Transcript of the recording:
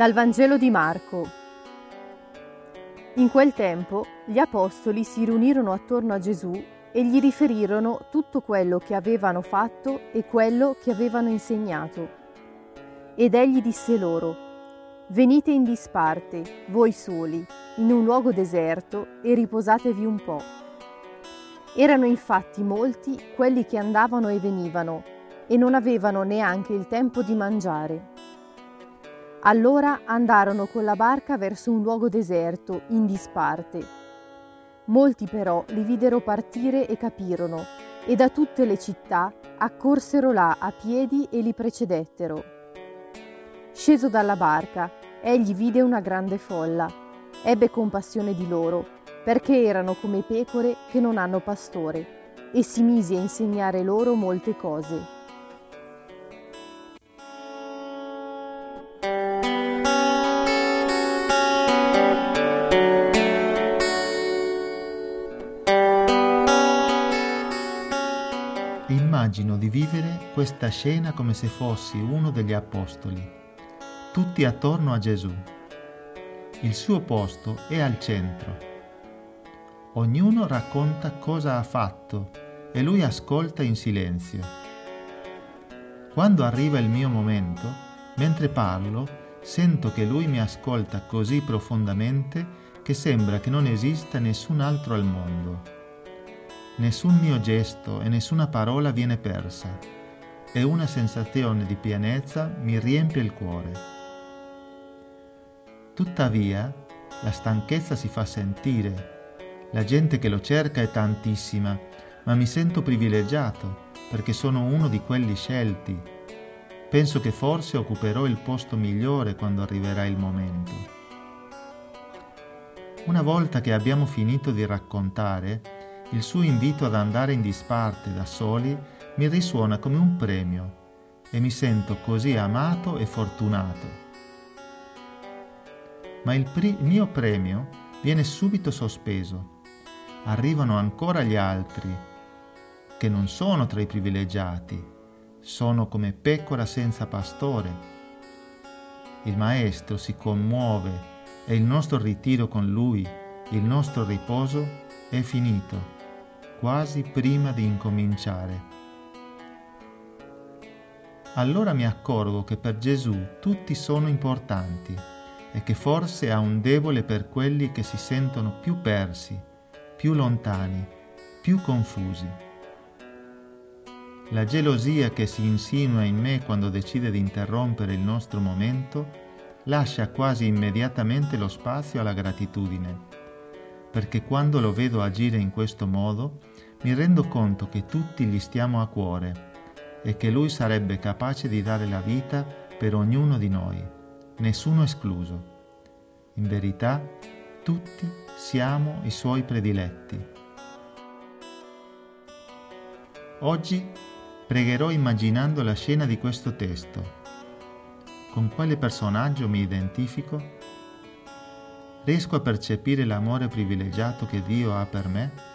Dal Vangelo di Marco. In quel tempo gli apostoli si riunirono attorno a Gesù e gli riferirono tutto quello che avevano fatto e quello che avevano insegnato. Ed egli disse loro: «Venite in disparte, voi soli, in un luogo deserto e riposatevi un po'». Erano infatti molti quelli che andavano e venivano e non avevano neanche il tempo di mangiare. Allora andarono con la barca verso un luogo deserto, in disparte. Molti però li videro partire e capirono, e da tutte le città accorsero là a piedi e li precedettero. Sceso dalla barca, egli vide una grande folla. Ebbe compassione di loro, perché erano come pecore che non hanno pastore, e si mise a insegnare loro molte cose. Immagino di vivere questa scena come se fossi uno degli apostoli, tutti attorno a Gesù. Il suo posto è al centro. Ognuno racconta cosa ha fatto e lui ascolta in silenzio. Quando arriva il mio momento, mentre parlo, sento che lui mi ascolta così profondamente che sembra che non esista nessun altro al mondo. Nessun mio gesto e nessuna parola viene persa, e una sensazione di pienezza mi riempie il cuore. Tuttavia, la stanchezza si fa sentire. La gente che lo cerca è tantissima, ma mi sento privilegiato perché sono uno di quelli scelti. Penso che forse occuperò il posto migliore quando arriverà il momento. Una volta che abbiamo finito di raccontare, il suo invito ad andare in disparte da soli mi risuona come un premio e mi sento così amato e fortunato. Ma il mio premio viene subito sospeso. Arrivano ancora gli altri, che non sono tra i privilegiati, sono come pecora senza pastore. Il maestro si commuove e il nostro ritiro con lui, il nostro riposo, è finito, quasi prima di incominciare. Allora mi accorgo che per Gesù tutti sono importanti e che forse ha un debole per quelli che si sentono più persi, più lontani, più confusi. La gelosia che si insinua in me quando decide di interrompere il nostro momento lascia quasi immediatamente lo spazio alla gratitudine, perché quando lo vedo agire in questo modo mi rendo conto che tutti gli stiamo a cuore e che lui sarebbe capace di dare la vita per ognuno di noi, nessuno escluso. In verità, tutti siamo i suoi prediletti. Oggi pregherò immaginando la scena di questo testo. Con quale personaggio mi identifico? Riesco a percepire l'amore privilegiato che Dio ha per me?